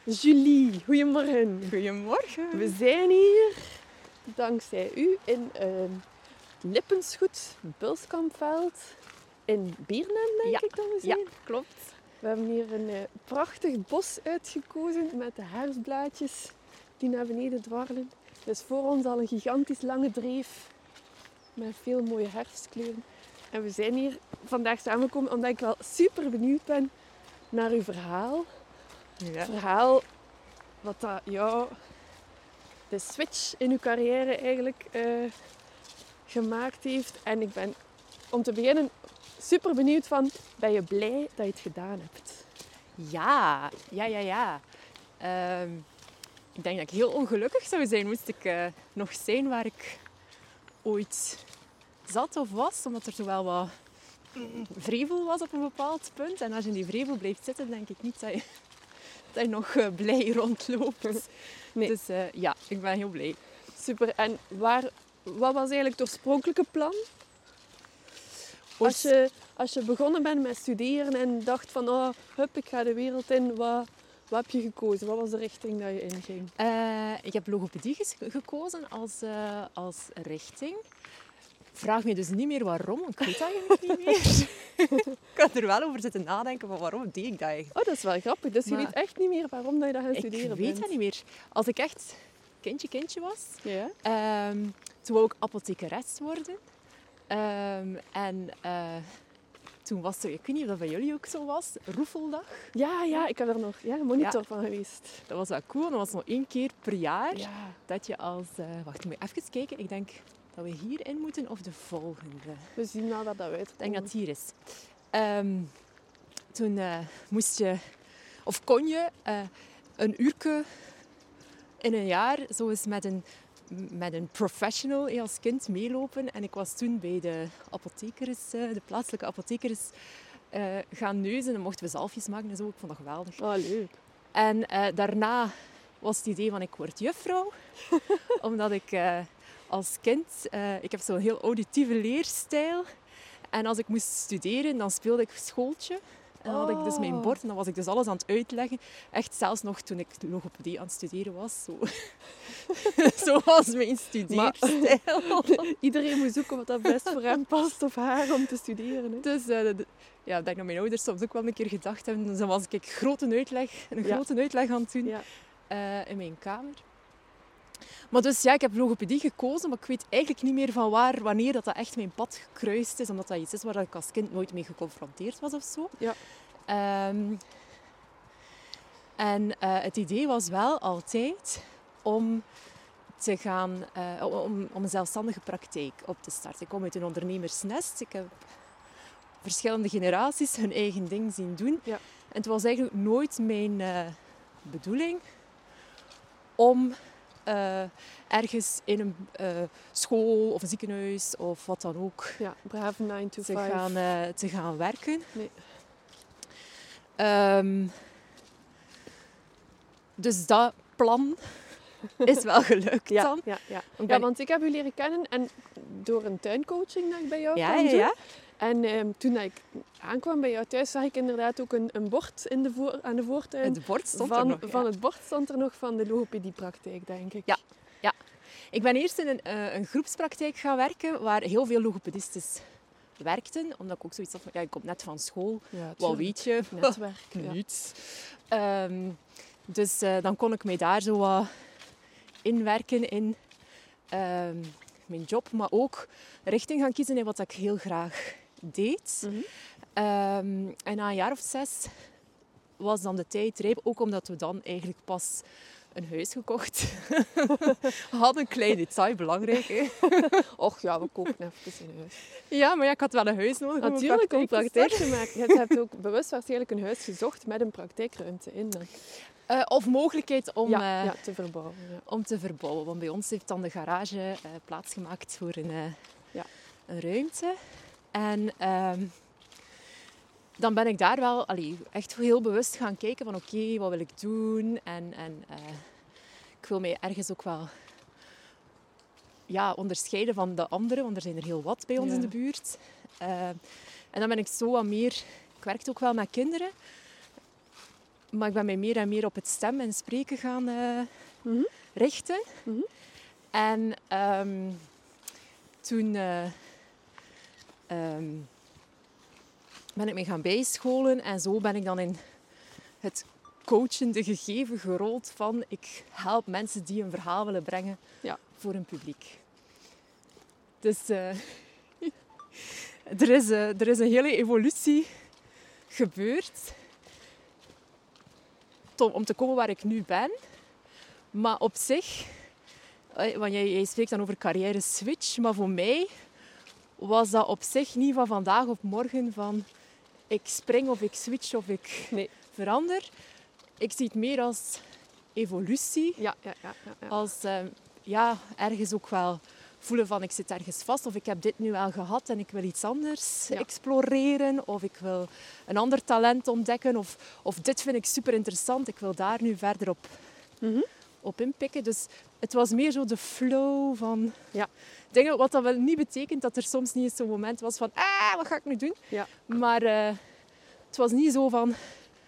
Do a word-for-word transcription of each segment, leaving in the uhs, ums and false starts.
Julie, goedemorgen. Goedemorgen. We zijn hier, dankzij u, in uh, Lippenschut, Bulskampveld, in Biernem, denk ja. ik dat we zijn. Ja, klopt. We hebben hier een uh, prachtig bos uitgekozen met de herfstblaadjes die naar beneden dwarrelen. Dus voor ons al een gigantisch lange dreef met veel mooie herfstkleuren. En we zijn hier vandaag samengekomen omdat ik wel super benieuwd ben naar uw verhaal. Ja. Het verhaal wat dat jou de switch in uw carrière eigenlijk uh, gemaakt heeft. En ik ben om te beginnen super benieuwd van, ben je blij dat je het gedaan hebt? Ja, ja, ja, ja. Uh, ik denk dat ik heel ongelukkig zou zijn moest ik uh, nog zijn waar ik ooit zat of was. Omdat er zo wel wat vrevel was op een bepaald punt. En als je in die vrevel blijft zitten, denk ik niet dat je, dat je nog uh, blij rondloopt. Nee. Dus uh, ja, ik ben heel blij. Super. En waar, wat was eigenlijk het oorspronkelijke plan? Als je, als je begonnen bent met studeren en dacht van, oh, hup, ik ga de wereld in, wat, wat heb je gekozen? Wat was de richting dat je inging? Uh, ik heb logopedie gekozen als, uh, als richting. Vraag me dus niet meer waarom, ik weet dat eigenlijk niet meer. Ik had er wel over zitten nadenken van waarom deed ik dat eigenlijk. Oh, dat is wel grappig. Dus maar je weet echt niet meer waarom dat je dat gaan studeren bent? Ik weet bent. dat niet meer. Als ik echt kindje kindje was, ja. um, toen wou ik apothekeres worden. Um, en uh, toen was er, ik weet niet of dat bij jullie ook zo was, roefeldag. Ja, ja, ik heb er nog ja, een monitor ja. van geweest. Dat was wel cool. Dat was nog één keer per jaar. Ja. Dat je als... Uh, wacht, moet je even kijken. Ik denk dat we hierin moeten of de volgende. We zien nou dat dat uitkomt. Ik denk dat het hier is. Um, toen uh, moest je... Of kon je uh, een uurtje in een jaar zo eens met een... met een professional als kind meelopen. En ik was toen bij de apothekeres, de plaatselijke apothekeres, uh, gaan neuzen. En mochten we zalfjes maken en zo. Ik vond dat geweldig. Oh, leuk. En uh, daarna was het idee van ik word juffrouw. Omdat ik uh, als kind... Uh, ik heb zo'n heel auditieve leerstijl. En als ik moest studeren, dan speelde ik schooltje. En dan had ik dus mijn bord en dan was ik dus alles aan het uitleggen. Echt zelfs nog toen ik logopedie aan het studeren was. Zo, zo was mijn studeerstijl. Maar, iedereen moet zoeken wat dat best voor hem past of haar om te studeren. Hè? Dus uh, de, ja, ik denk dat mijn ouders soms ook wel een keer gedacht hebben. Dus dan was ik grote uitleg, een ja. grote uitleg aan het doen ja. uh, in mijn kamer. Maar dus ja, ik heb logopedie gekozen, maar ik weet eigenlijk niet meer van waar, wanneer dat, dat echt mijn pad gekruist is. Omdat dat iets is waar ik als kind nooit mee geconfronteerd was of zo. Ja. Um, en uh, het idee was wel altijd om te gaan, uh, om, om een zelfstandige praktijk op te starten. Ik kom uit een ondernemersnest. Ik heb verschillende generaties hun eigen ding zien doen. Ja. En het was eigenlijk nooit mijn uh, bedoeling om... Uh, ergens in een uh, school of een ziekenhuis of wat dan ook ja, brave nine to te, five. gaan, uh, te gaan werken. Nee. Um, dus dat plan is wel gelukt ja, dan. Ja, ja. ja, want ik heb u leren kennen en door een tuincoaching dat ik bij jou ja, kwam ja, doen. ja. En um, toen ik aankwam bij jou thuis, zag ik inderdaad ook een, een bord in de voor, aan de voortuin. Het bord stond van, er nog. Ja. Van het bord stond er nog van de logopediepraktijk, denk ik. Ja, ja. Ik ben eerst in een, uh, een groepspraktijk gaan werken, waar heel veel logopedistes werkten. Omdat ik ook zoiets had van, ja, ik kom net van school. Ja, wat weet je? Netwerk. Niets. Ja. Um, dus uh, dan kon ik mij daar zo wat uh, inwerken in um, mijn job. Maar ook richting gaan kiezen in wat ik heel graag deed. Mm-hmm. Um, en na een jaar of zes was dan de tijd rijp. Ook omdat we dan eigenlijk pas een huis gekocht hadden. Een klein detail, belangrijk. Hè? Och ja, we kopen even een huis. Ja, maar ja, ik had wel een huis nodig. Natuurlijk, om praktijk te maken. Je hebt ook bewust waarschijnlijk een huis gezocht met een praktijkruimte in. Dan. Uh, of mogelijkheid om, ja, uh, ja, te verbouwen. Ja. om te verbouwen. Want bij ons heeft dan de garage uh, plaatsgemaakt voor een, uh, ja. een ruimte. En uh, dan ben ik daar wel allee, echt heel bewust gaan kijken van oké, okay, wat wil ik doen? En, en uh, ik wil mij ergens ook wel ja, onderscheiden van de anderen, want er zijn er heel wat bij ons ja. in de buurt. Uh, en dan ben ik zo wat meer... Ik werkte ook wel met kinderen. maar ik ben mij meer en meer op het stem en spreken gaan uh, mm-hmm. richten. Mm-hmm. En um, toen uh, um, ben ik me gaan bijscholen. En zo ben ik dan in het coachende gegeven gerold van... Ik help mensen die een verhaal willen brengen ja. voor een publiek. Dus uh, er, is, uh, er is een hele evolutie gebeurd om te komen waar ik nu ben. Maar op zich, want jij, jij spreekt dan over carrière switch, maar voor mij was dat op zich niet van vandaag op morgen van ik spring of ik switch of ik nee. verander. Ik zie het meer als evolutie. Ja, ja, ja, ja, ja. Als uh, ja, ergens ook wel voelen van ik zit ergens vast of ik heb dit nu wel gehad en ik wil iets anders ja. exploreren of ik wil een ander talent ontdekken of, of dit vind ik super interessant, ik wil daar nu verder op, mm-hmm. op inpikken. Dus het was meer zo de flow van ja. dingen, wat dat wel niet betekent dat er soms niet eens zo'n moment was van ah, wat ga ik nu doen? Ja. Maar uh, het was niet zo van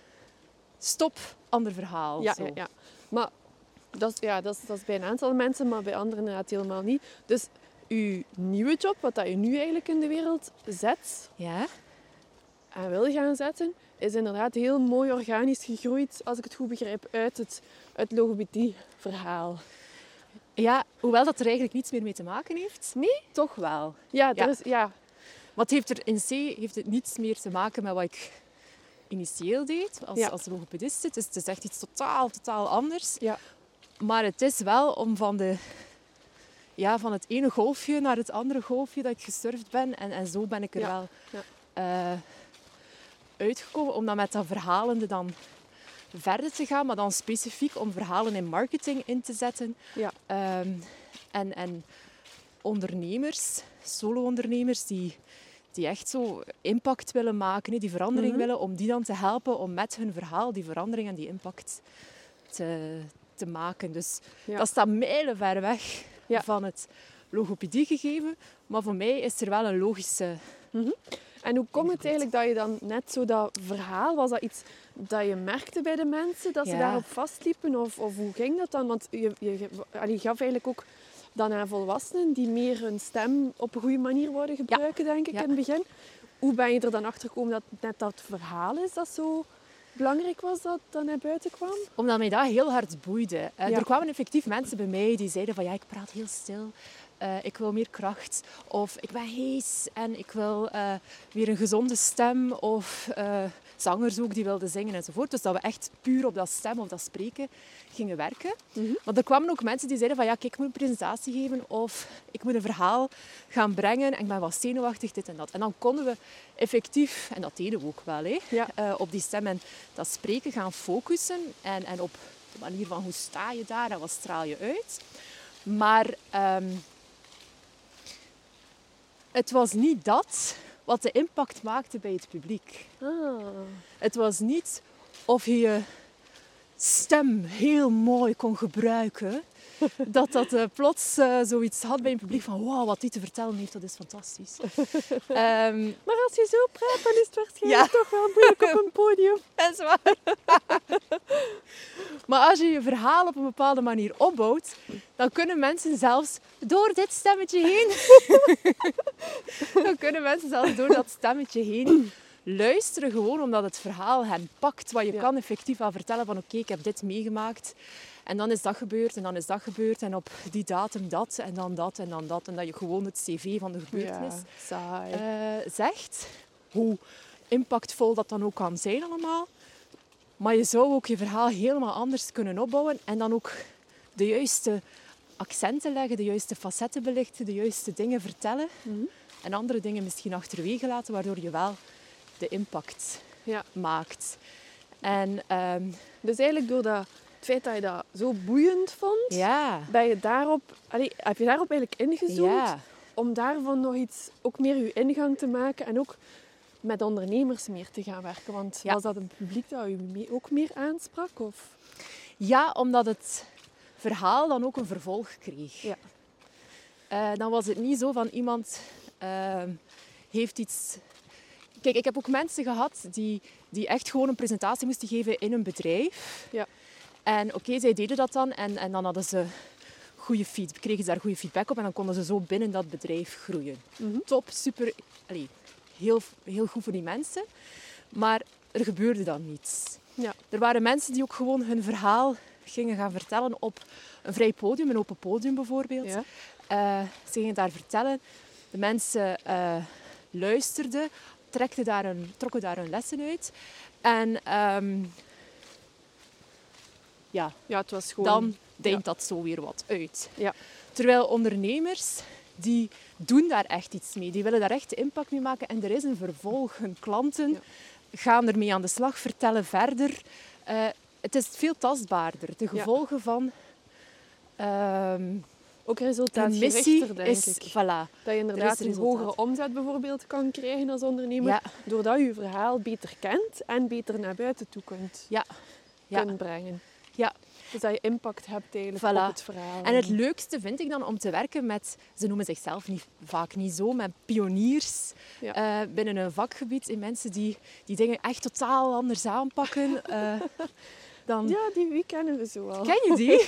stop, ander verhaal. Ja, zo. ja, ja. Maar Dat is, ja, dat, is, dat is bij een aantal mensen, maar bij anderen inderdaad helemaal niet. Dus uw nieuwe job, wat dat je nu eigenlijk in de wereld zet ja. en wil gaan zetten, is inderdaad heel mooi organisch gegroeid, als ik het goed begrijp, uit het, het logopedie-verhaal. Ja, hoewel dat er eigenlijk niets meer mee te maken heeft. Nee? Toch wel. Ja, er ja. Is, ja. Wat heeft er in C heeft het niets meer te maken met wat ik initieel deed als, ja. als logopediste. Dus het is echt iets totaal, totaal anders. Ja. Maar het is wel om van, de, ja, van het ene golfje naar het andere golfje dat ik gesurfd ben. En, en zo ben ik er ja. wel ja. uh, uitgekomen. Om dan met dat verhalende dan verder te gaan. Maar dan specifiek om verhalen in marketing in te zetten. Ja. Um, en, en ondernemers, solo-ondernemers die, die echt zo impact willen maken. Die verandering mm-hmm. willen. Om die dan te helpen om met hun verhaal die verandering en die impact te te maken. Dus ja. dat staat mijlenver weg ja. van het logopedie-gegeven. Maar voor mij is er wel een logische... Mm-hmm. En hoe komt het eigenlijk dat je dan net zo dat verhaal... Was dat iets dat je merkte bij de mensen? Dat ze ja. daarop vastliepen? Of, of hoe ging dat dan? Want je, je, je gaf eigenlijk ook dan aan volwassenen die meer hun stem op een goede manier worden gebruiken, ja. denk ik, ja. in het begin. Hoe ben je er dan achter gekomen dat net dat verhaal is dat zo... belangrijk was dat dat naar buiten kwam? Omdat mij dat heel hard boeide. Uh, ja. Er kwamen effectief mensen bij mij die zeiden van ja, ik praat heel stil. Uh, ik wil meer kracht. Of ik ben hees en ik wil uh, weer een gezonde stem. Of uh, zangers ook die wilden zingen enzovoort. Dus dat we echt puur op dat stem of dat spreken gingen werken. Mm-hmm. Maar er kwamen ook mensen die zeiden van ja, kijk, ik moet een presentatie geven. Of ik moet een verhaal gaan brengen. En ik ben wat zenuwachtig, dit en dat. En dan konden we effectief, en dat deden we ook wel, hè, ja. uh, op die stem en dat spreken gaan focussen. En, en op de manier van hoe sta je daar en wat straal je uit. Maar um, het was niet dat wat de impact maakte bij het publiek. Ah. Het was niet of je je stem heel mooi kon gebruiken. Dat dat uh, plots uh, zoiets had bij een publiek van wow, wat die te vertellen heeft, dat is fantastisch. um, maar als je zo praat, dan is het waarschijnlijk ja. toch wel moeilijk op een podium. Dat is waar. Maar als je je verhaal op een bepaalde manier opbouwt, dan kunnen mensen zelfs door dit stemmetje heen... dan kunnen mensen zelfs door dat stemmetje heen luisteren, gewoon omdat het verhaal hen pakt. Wat je ja. kan effectief wel vertellen van oké, okay, ik heb dit meegemaakt. En dan is dat gebeurd en dan is dat gebeurd. En op die datum dat en dan dat en dan dat. En dat je gewoon het cv van de gebeurtenis ja, saai. Uh, zegt. Hoe impactvol dat dan ook kan zijn allemaal. Maar je zou ook je verhaal helemaal anders kunnen opbouwen. En dan ook de juiste accenten leggen, de juiste facetten belichten, de juiste dingen vertellen. Mm-hmm. En andere dingen misschien achterwege laten, waardoor je wel de impact ja. maakt. En, um, dus eigenlijk door dat, het feit dat je dat zo boeiend vond, ja. ben je daarop, allee, heb je daarop eigenlijk ingezoomd ja. om daarvan nog iets, ook meer je ingang te maken en ook met ondernemers meer te gaan werken. Want ja. was dat een publiek dat je ook meer aansprak? Of? Ja, omdat het verhaal dan ook een vervolg kreeg. Ja. Uh, dan was het niet zo van iemand uh, heeft iets Kijk, ik heb ook mensen gehad die, die echt gewoon een presentatie moesten geven in een bedrijf. Ja. En oké, okay, zij deden dat dan en, en dan hadden ze goede feedback, kregen ze daar goede feedback op en dan konden ze zo binnen dat bedrijf groeien. Mm-hmm. Top, super, allee, heel, heel goed voor die mensen. Maar er gebeurde dan niets. Ja. Er waren mensen die ook gewoon hun verhaal gingen gaan vertellen op een vrij podium, een open podium bijvoorbeeld. Ja. Uh, ze gingen daar vertellen. De mensen uh, luisterden, trekten daar een, trokken daar hun lessen uit. En um, ja, ja, het was gewoon... dan deint ja. dat zo weer wat uit. Ja. Terwijl ondernemers, die doen daar echt iets mee. Die willen daar echt impact mee maken. En er is een vervolg. Hun klanten ja. gaan ermee aan de slag, vertellen verder. Uh, het is veel tastbaarder. De gevolgen ja. van... Um, ook resultaatgerichter, denk is, ik. Voilà, dat je inderdaad een hogere omzet bijvoorbeeld kan krijgen als ondernemer. Ja. Doordat je je verhaal beter kent en beter naar buiten toe kunt ja. Ja. kunnen brengen. Ja. Dus dat je impact hebt eigenlijk voilà. op het verhaal. En het leukste vind ik dan om te werken met, ze noemen zichzelf niet, vaak niet zo, met pioniers ja. uh, binnen een vakgebied. En mensen die, die dingen echt totaal anders aanpakken. Uh, dan... Ja, die wie kennen we zo al. Ken je die?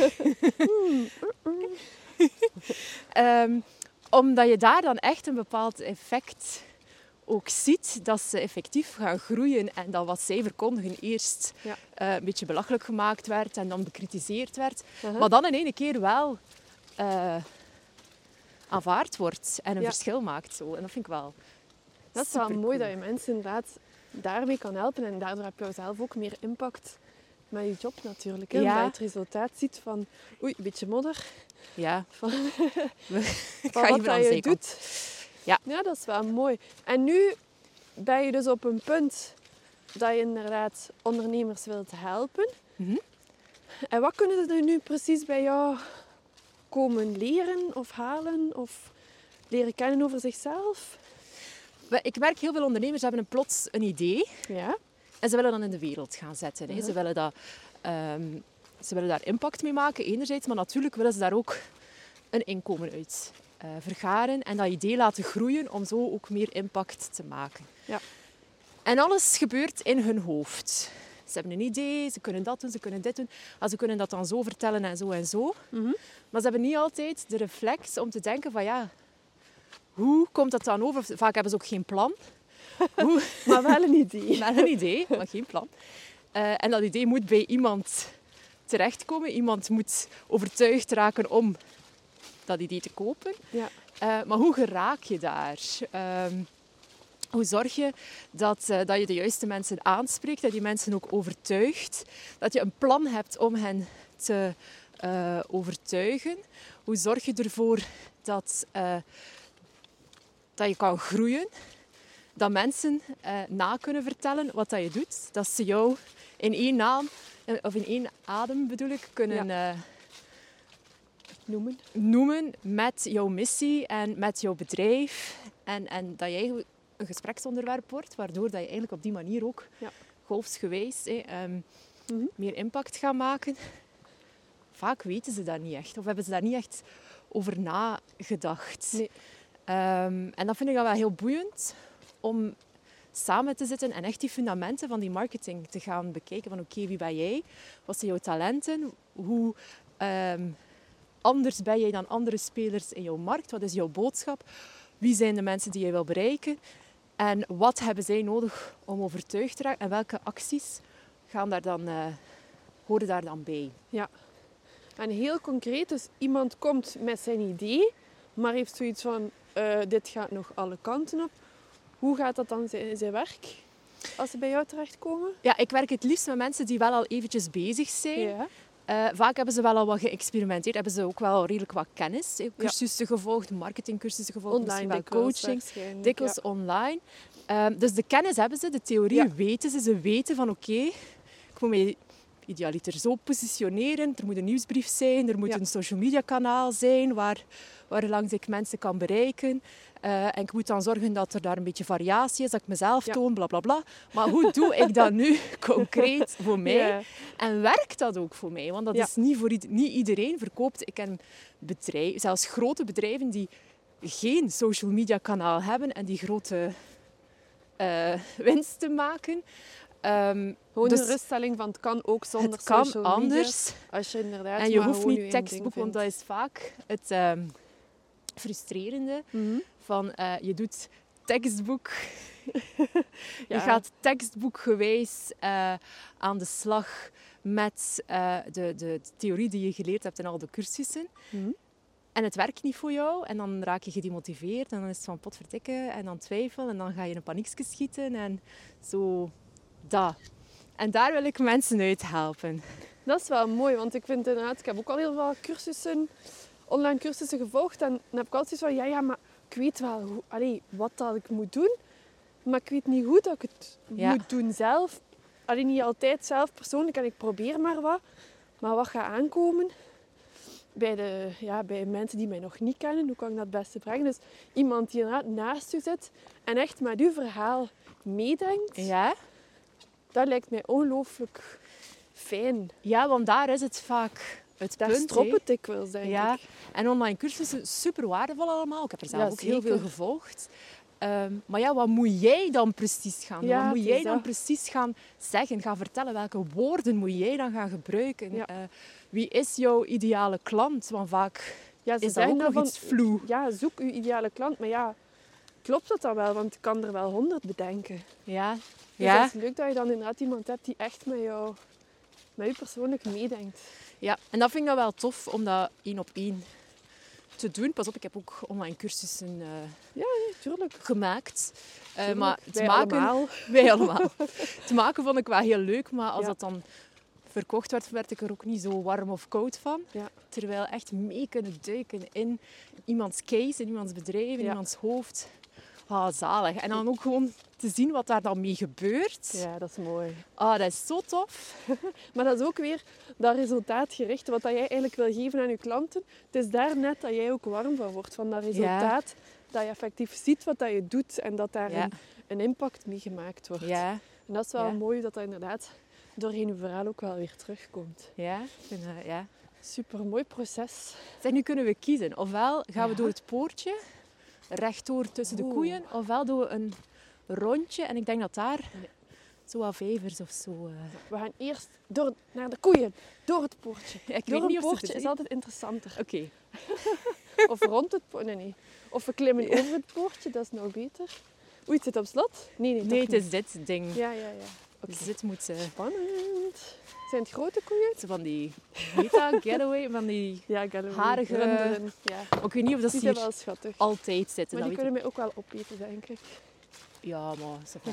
um, omdat je daar dan echt een bepaald effect ook ziet, dat ze effectief gaan groeien en dat wat zij verkondigen eerst ja. uh, een beetje belachelijk gemaakt werd en dan bekritiseerd werd, uh-huh. maar dan in één keer wel uh, aanvaard wordt en een ja. verschil maakt. Zo. En dat vind ik wel Dat is wel mooi dat je mensen inderdaad daarmee kan helpen en daardoor heb je zelf ook meer impact met je job natuurlijk. Hè? Ja. Omdat je het resultaat ziet van, oei, een beetje modder. Ja. Van, van wat dat je zeker. doet. Ja. ja, dat is wel mooi. En nu ben je dus op een punt dat je inderdaad ondernemers wilt helpen. Mm-hmm. En wat kunnen ze er nu precies bij jou komen leren of halen of leren kennen over zichzelf? Ik merk heel veel ondernemers hebben een plots een idee. Ja. En ze willen dan in de wereld gaan zetten. Hè. Uh-huh. Ze, willen dat, um, ze willen daar impact mee maken, enerzijds. Maar natuurlijk willen ze daar ook een inkomen uit uh, vergaren. En dat idee laten groeien om zo ook meer impact te maken. Ja. En alles gebeurt in hun hoofd. Ze hebben een idee, ze kunnen dat doen, ze kunnen dit doen. Ah, ze kunnen dat dan zo vertellen en zo en zo. Mm-hmm. Maar ze hebben niet altijd de reflex om te denken van ja, hoe komt dat dan over? Vaak hebben ze ook geen plan. Hoe? Maar wel een idee. Wel een idee, maar geen plan. Uh, en dat idee moet bij iemand terechtkomen. Iemand moet overtuigd raken om dat idee te kopen. Ja. Uh, maar hoe geraak je daar? Uh, hoe zorg je dat, uh, dat je de juiste mensen aanspreekt, dat je mensen ook overtuigt, dat je een plan hebt om hen te uh, overtuigen? Hoe zorg je ervoor dat, uh, dat je kan groeien? Dat mensen uh, na kunnen vertellen wat dat je doet. Dat ze jou in één naam, of in één adem bedoel ik, kunnen ja. uh, noemen. noemen met jouw missie en met jouw bedrijf. En, en dat jij een gespreksonderwerp wordt, waardoor dat je eigenlijk op die manier ook ja. golfsgewijs eh, um, mm-hmm. meer impact gaat maken. Vaak weten ze dat niet echt, of hebben ze daar niet echt over nagedacht. Nee. Um, en dat vind ik dan wel heel boeiend. Om samen te zitten en echt die fundamenten van die marketing te gaan bekijken. Van oké, okay, wie ben jij? Wat zijn jouw talenten? Hoe um, anders ben jij dan andere spelers in jouw markt? Wat is jouw boodschap? Wie zijn de mensen die je wil bereiken? En wat hebben zij nodig om overtuigd te raken? En welke acties gaan daar dan, uh, horen daar dan bij? Ja. En heel concreet, dus iemand komt met zijn idee, maar heeft zoiets van, uh, dit gaat nog alle kanten op. Hoe gaat dat dan in zijn werk als ze bij jou terechtkomen? Ja, ik werk het liefst met mensen die wel al eventjes bezig zijn. Ja. Uh, vaak hebben ze wel al wat geëxperimenteerd, hebben ze ook wel redelijk wat kennis. Cursussen ja. gevolgd, marketingcursussen gevolgd, online misschien wel coaching. Dikwijls ja. online. Uh, dus de kennis hebben ze, de theorie ja. weten ze. Ze weten van oké, okay, ik moet mij idealiter zo positioneren. Er moet een nieuwsbrief zijn, er moet ja. een social media kanaal zijn waar, waar langs ik mensen kan bereiken. Uh, en ik moet dan zorgen dat er daar een beetje variatie is, dat ik mezelf ja. toon, bla bla bla. Maar hoe doe ik dat nu concreet voor mij? Ja. En werkt dat ook voor mij? Want dat ja. is niet voor ieder, niet iedereen verkoopt. Ik ken bedrijven, zelfs grote bedrijven die geen social media kanaal hebben en die grote uh, winst te maken. Um, gewoon dus een ruststelling van het kan ook zonder het kan social media. anders. Als je inderdaad en je maar hoeft gewoon niet je tekstboek, want dat is vaak het um, frustrerende. Mm-hmm. Van uh, je doet tekstboek. Ja. Je gaat tekstboekgewijs uh, aan de slag met uh, de, de, de theorie die je geleerd hebt in al de cursussen. Mm-hmm. En het werkt niet voor jou. En dan raak je gedemotiveerd. En dan is het van potverdikken. En dan twijfel. En dan ga je in een paniekje schieten. En zo, dat. En daar wil ik mensen uit helpen. Dat is wel mooi. Want ik vind inderdaad... Ik heb ook al heel veel cursussen, online cursussen gevolgd. En dan heb ik altijd van... Ja, ja, maar ik weet wel hoe, allee, wat dat ik moet doen. Maar ik weet niet hoe dat ik het ja. moet doen zelf. Allee, niet altijd zelf persoonlijk. En ik probeer maar wat. Maar wat gaat aankomen... Bij, de, ja, bij mensen die mij nog niet kennen, hoe kan ik dat het beste brengen? Dus iemand die inderdaad naast u zit en echt met uw verhaal meedenkt, ja. dat lijkt mij ongelooflijk fijn. Ja, want daar is het vaak het daar punt. Daar strop het dikwijls, denk ja. ik. En online cursussen, super waardevol allemaal. Ik heb er zelf ja, ook zeker. heel veel gevolgd. Um, maar ja, wat moet jij dan precies gaan doen? Ja, wat moet jij dan dat. precies gaan zeggen, gaan vertellen? Welke woorden moet jij dan gaan gebruiken? Ja. Uh, wie is jouw ideale klant? Want vaak ja, is dat ook nog van, iets vloe. Ja, zoek uw ideale klant. Maar ja, klopt dat dan wel? Want ik kan er wel honderd bedenken. Ja. Dus ja. het is leuk dat je dan inderdaad iemand hebt die echt met jou, met jou persoonlijk meedenkt. Ja, en dat vind ik dan wel tof om dat één op één te doen. Pas op, ik heb ook online cursussen uh, ja, nee, tuurlijk. gemaakt. Uh, tuurlijk. Maar wij maken, allemaal. Wij allemaal. Het maken vond ik wel heel leuk, maar als ja. dat dan verkocht werd, werd ik er ook niet zo warm of koud van. Ja. Terwijl echt mee kunnen duiken in iemands case, in iemands bedrijf, in ja. iemands hoofd. Ah, zalig. En dan ook gewoon te zien wat daar dan mee gebeurt. Ja, dat is mooi. Ah, dat is zo tof. Maar dat is ook weer dat resultaatgericht, wat dat jij eigenlijk wil geven aan je klanten. Het is daar net dat jij ook warm van wordt, van dat resultaat. Ja. Dat je effectief ziet wat dat je doet en dat daar ja. een, een impact mee gemaakt wordt. Ja. En dat is wel ja. mooi dat dat inderdaad doorheen je verhaal ook wel weer terugkomt. Ja, ik vind dat, ja. Super mooi proces. Zeg, nu kunnen we kiezen. Ofwel gaan we ja. door het poortje, rechtdoor tussen de Oeh. koeien, ofwel doen we een rondje. En ik denk dat daar nee. zo wat vijvers of zo... Uh... We gaan eerst door, naar de koeien, door het poortje. Ja, ik door weet een niet poortje of is altijd interessanter. Oké. Okay. Of rond het poortje, nee, nee. Of we klimmen ja. over het poortje, dat is nou beter. Oei, het zit op slot? Nee, nee, nee het niet. is dit ding. Ja, ja, ja. Okay. Dus dit moet... Uh... Spannend. Zijn het grote koeien? Zo van die Meta Getaway, van die ja, getaway. harige... Runderen. Ja. Ik weet niet of dat die hier wel schattig. altijd zitten. Maar die kunnen ik. mij ook wel opeten, denk ik. Ja, maar...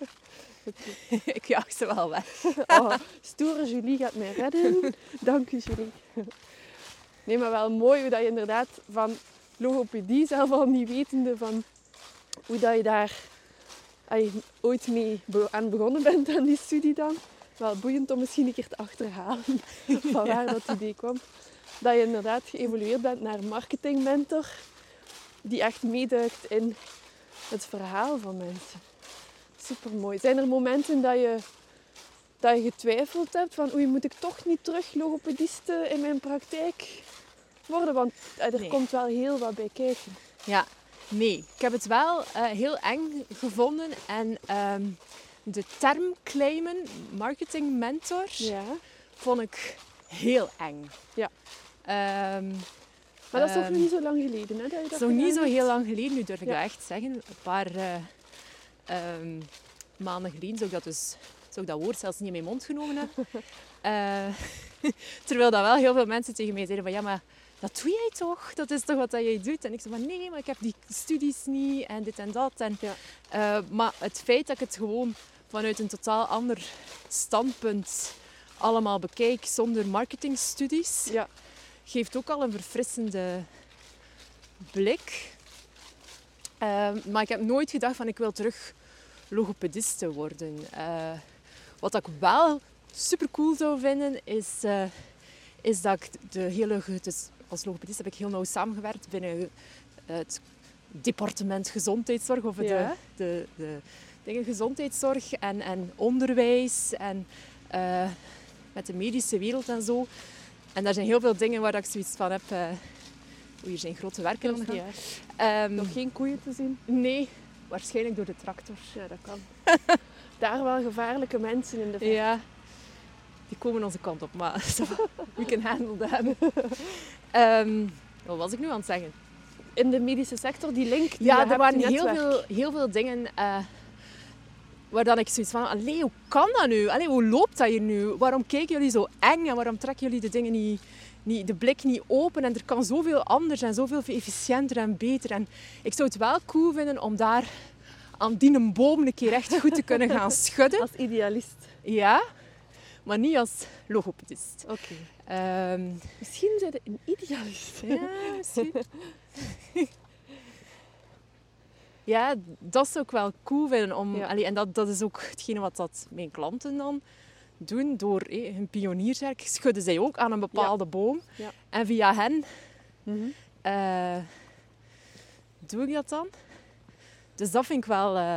ik jaag ze wel weg. Oh, stoere Julie gaat mij redden. Dank u, Julie. Nee, maar wel mooi hoe dat je inderdaad van logopedie, zelf al niet wetende van hoe dat je daar ay, ooit mee aan begonnen bent aan die studie dan. Wel boeiend om misschien een keer te achterhalen van waar ja. dat idee kwam. Dat je inderdaad geëvolueerd bent naar marketingmentor die echt meeduikt in het verhaal van mensen. Supermooi. Zijn er momenten dat je, dat je getwijfeld hebt van oei, moet ik toch niet terug logopediste in mijn praktijk worden? Want er nee. komt wel heel wat bij kijken. Ja, nee. Ik heb het wel uh, heel eng gevonden en um, de term claimen, marketing mentor, ja. vond ik heel eng. Ja. Um, maar dat is nog um, niet zo lang geleden, hè? Dat je dat nog niet zo hebt. heel lang geleden, nu durf ik ja. dat echt zeggen. Een paar uh, um, maanden geleden zou ik dat dus... zou ik dat woord zelfs niet in mijn mond genomen heb. uh, terwijl dat wel heel veel mensen tegen mij zeiden van ja, maar dat doe jij toch? Dat is toch wat dat jij doet? En ik zei van nee, maar ik heb die studies niet en dit en dat. En, ja. uh, maar het feit dat ik het gewoon vanuit een totaal ander standpunt allemaal bekijk zonder marketingstudies, ja. geeft ook al een verfrissende blik. Uh, maar ik heb nooit gedacht van ik wil terug logopediste worden. Uh, wat ik wel super cool zou vinden, is, uh, is dat ik de hele... Dus als logopedist heb ik heel nauw samengewerkt binnen uh, het departement gezondheidszorg of ja. de, de, de dingen gezondheidszorg en, en onderwijs en uh, met de medische wereld en zo. En daar zijn heel veel dingen waar ik zoiets van heb... Uh, Oei, er zijn grote werken aan de gang. Um, Nog geen koeien te zien? Nee. waarschijnlijk door de tractor. Ja, dat kan. Daar wel gevaarlijke mensen in de verte. Ja, die komen onze kant op, maar we can handle them. um, wat was ik nu aan het zeggen? In de medische sector, die link die Ja, je er hebt, waren die heel netwerk. veel, heel veel dingen uh, waar dan ik zoiets van... Allee, hoe kan dat nu? Allee, hoe loopt dat hier nu? Waarom kijken jullie zo eng en waarom trekken jullie de dingen niet, niet, de blik niet open? En er kan zoveel anders en zoveel efficiënter en beter. En ik zou het wel cool vinden om daar aan die een boom een keer echt goed te kunnen gaan schudden. Als idealist. Ja, maar niet als logopedist. Oké. Okay. Um, misschien zijn ze een idealist. Ja, misschien. Ja, dat zou ik wel cool vinden. Om, Ja. allee, en dat, dat is ook hetgene wat dat mijn klanten dan doen. Door eh, hun pionierswerk schudden zij ook aan een bepaalde Ja. boom. Ja. En via hen Mm-hmm. uh, doe ik dat dan. Dus dat vind ik wel uh,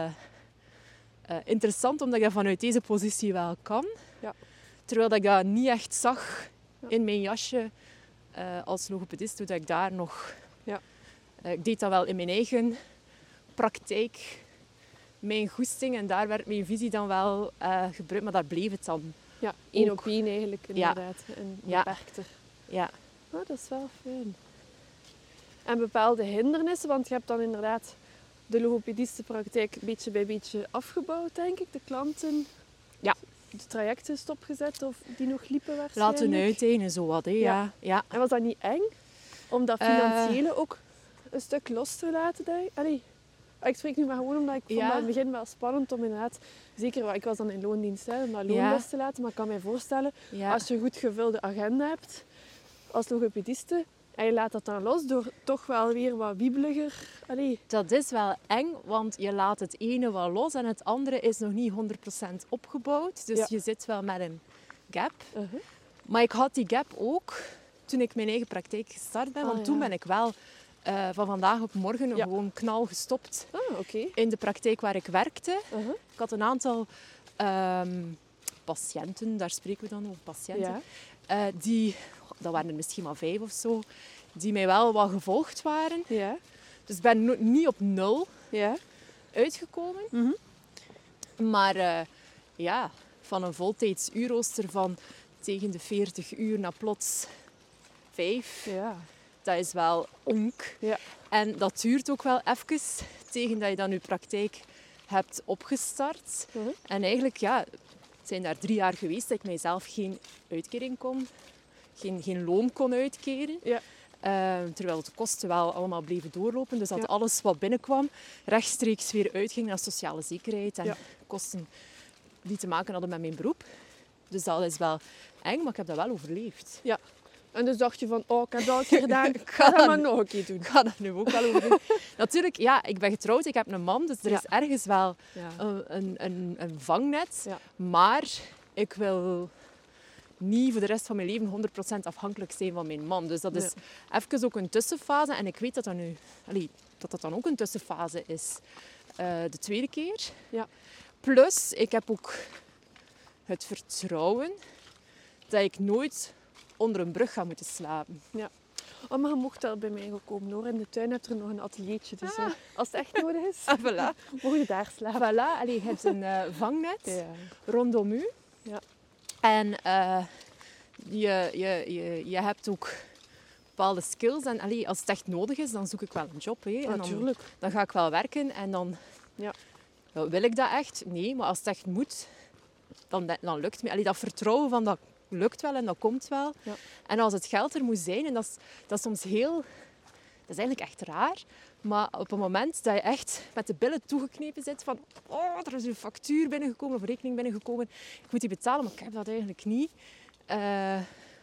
uh, interessant, omdat ik dat vanuit deze positie wel kan. Ja. Terwijl dat ik dat niet echt zag Ja. in mijn jasje uh, als logopedist, toen ik daar nog... Ja. Uh, ik deed dat wel in mijn eigen praktijk, mijn goesting, en daar werd mijn visie dan wel uh, gebruikt, maar daar bleef het dan. Ja, één ook. op één eigenlijk, inderdaad. En Ja. beperkter. Ja. Oh, dat is wel fijn. En bepaalde hindernissen, want je hebt dan inderdaad de logopedistenpraktijk beetje bij beetje afgebouwd, denk ik. De klanten, Ja. de trajecten stopgezet of die nog liepen waarschijnlijk. Laten uiteigen, zo wat. Hè. Ja. Ja. Ja. En was dat niet eng? Om dat Uh, financiële ook een stuk los te laten? Denk ik? Allee, ik spreek nu maar gewoon omdat ik vond Ja. dat in het begin wel spannend om inderdaad... Zeker, ik was dan in loondienst, hè, om dat loon Ja. los te laten. Maar ik kan mij voorstellen, Ja. als je een goed gevulde agenda hebt als logopediste en je laat dat dan los door toch wel weer wat wiebeliger... Allee. Dat is wel eng, want je laat het ene wel los en het andere is nog niet honderd procent opgebouwd. Dus Ja. je zit wel met een gap. Uh-huh. Maar ik had die gap ook toen ik mijn eigen praktijk gestart ben. Ah, Want ja. toen ben ik wel uh, van vandaag op morgen Ja. gewoon knal gestopt Ah, oké. Okay. in de praktijk waar ik werkte. Uh-huh. Ik had een aantal um, patiënten, daar spreken we dan over patiënten, Ja. uh, die, dat waren er misschien maar vijf of zo, die mij wel wat gevolgd waren. Ja. Dus ik ben no- niet op nul Ja. uitgekomen. Mm-hmm. Maar uh, ja, van een voltijds uurrooster van tegen de veertig uur naar plots vijf. Ja. Dat is wel onk. Ja. En dat duurt ook wel even tegen dat je dan je praktijk hebt opgestart. Uh-huh. En eigenlijk, ja, het zijn daar drie jaar geweest dat ik mijzelf geen uitkering kon, geen, geen loon kon uitkeren. Ja. Uh, terwijl de kosten wel allemaal bleven doorlopen. Dus dat Ja. alles wat binnenkwam rechtstreeks weer uitging naar sociale zekerheid en Ja. kosten die te maken hadden met mijn beroep. Dus dat is wel eng, maar ik heb dat wel overleefd. Ja. En dus dacht je van, oh, ik heb dat al een keer gedaan, ik ga dat maar nog een keer doen. Ik ga dat nu ook wel overleven. Natuurlijk, ja, ik ben getrouwd, ik heb een man, dus er Ja. is ergens wel Ja. een, een, een, een vangnet. Ja. Maar ik wil niet voor de rest van mijn leven honderd procent afhankelijk zijn van mijn man. Dus dat is Ja. even ook een tussenfase. En ik weet dat dat nu, allee, dat, dat dan ook een tussenfase is. Uh, de tweede keer. Ja. Plus, ik heb ook het vertrouwen dat ik nooit onder een brug ga moeten slapen. Oh, maar je mocht wel bij mij gekomen hoor. In de tuin heb je nog een ateliertje. Dus Ah. uh, als het echt nodig is, Ah, voilà. mocht je daar slapen. Voilà, allee, je hebt een uh, vangnet Ja. rondom u. Ja. En uh, je, je, je, je hebt ook bepaalde skills. En allee, als het echt nodig is, dan zoek ik wel een job. Hè. En dan, Natuurlijk. dan ga ik wel werken. En dan Ja. ja, wil ik dat echt? Nee, maar als het echt moet, dan, dan lukt het me. Allee, dat vertrouwen van dat lukt wel en dat komt wel. Ja. En als het geld er moet zijn, en dat is, dat is soms heel... Dat is eigenlijk echt raar. Maar op het moment dat je echt met de billen toegeknepen zit van oh, er is een factuur binnengekomen of een rekening binnengekomen, ik moet die betalen, maar ik heb dat eigenlijk niet. Uh, uh,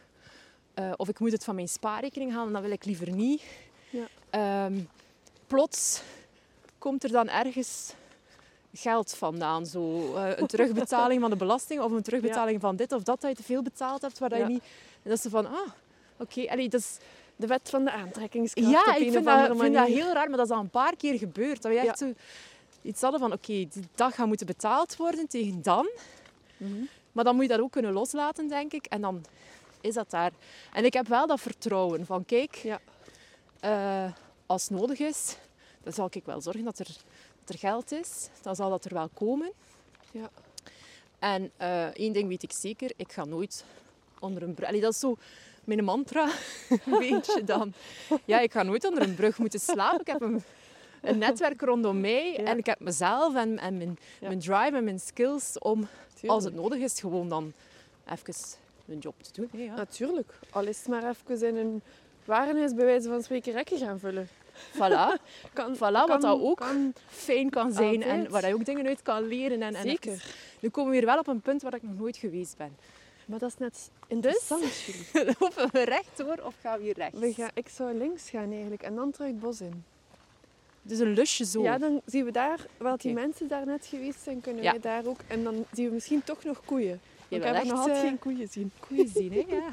of ik moet het van mijn spaarrekening halen, dat wil ik liever niet. Ja. Um, plots komt er dan ergens geld vandaan. Zo, uh, een terugbetaling van de belasting of een terugbetaling ja. van dit of dat, dat je te veel betaald hebt, waar dat ja. je niet... En dat is van, ah, oké, okay, dat is... De wet van de aantrekkingskracht ja, op ik een vind of andere dat, manier. vind dat heel raar, maar dat is al een paar keer gebeurd. Dat we echt ja. zo iets hadden van, oké, okay, die dag gaat moeten betaald worden tegen dan. Mm-hmm. Maar dan moet je dat ook kunnen loslaten, denk ik. En dan is dat daar. En ik heb wel dat vertrouwen van, kijk, ja. uh, als het nodig is, dan zal ik wel zorgen dat er dat er geld is, dan zal dat er wel komen. Ja. En uh, één ding weet ik zeker, ik ga nooit onder een brug... Allee, dat is zo mijn mantra, weet je dan. Ja, ik ga nooit onder een brug moeten slapen. Ik heb een, een netwerk rondom mij ja. en ik heb mezelf en, en mijn, ja. mijn drive en mijn skills om, Tuurlijk. als het nodig is, gewoon dan even een job te doen. Hè, ja. Natuurlijk. Al is het maar even in een warenhuis bij wijze van spreken rekken gaan vullen. Voilà, kan, voilà kan, wat dat ook kan, fijn kan zijn altijd. En waar je ook dingen uit kan leren. En, Zeker. En nu komen we weer wel op een punt waar ik nog nooit geweest ben. Maar dat is net interessant. Dus, lopen we recht door of gaan we hier rechts? We gaan, ik zou links gaan eigenlijk en dan terug het bos in. Dus een lusje zo? Ja, dan zien we daar, waar okay. die mensen daar net geweest zijn, kunnen ja. wij daar ook. En dan zien we misschien toch nog koeien. Je Want ik heb echt, nog altijd uh, geen koeien zien. Koeien zien, hè? Ja.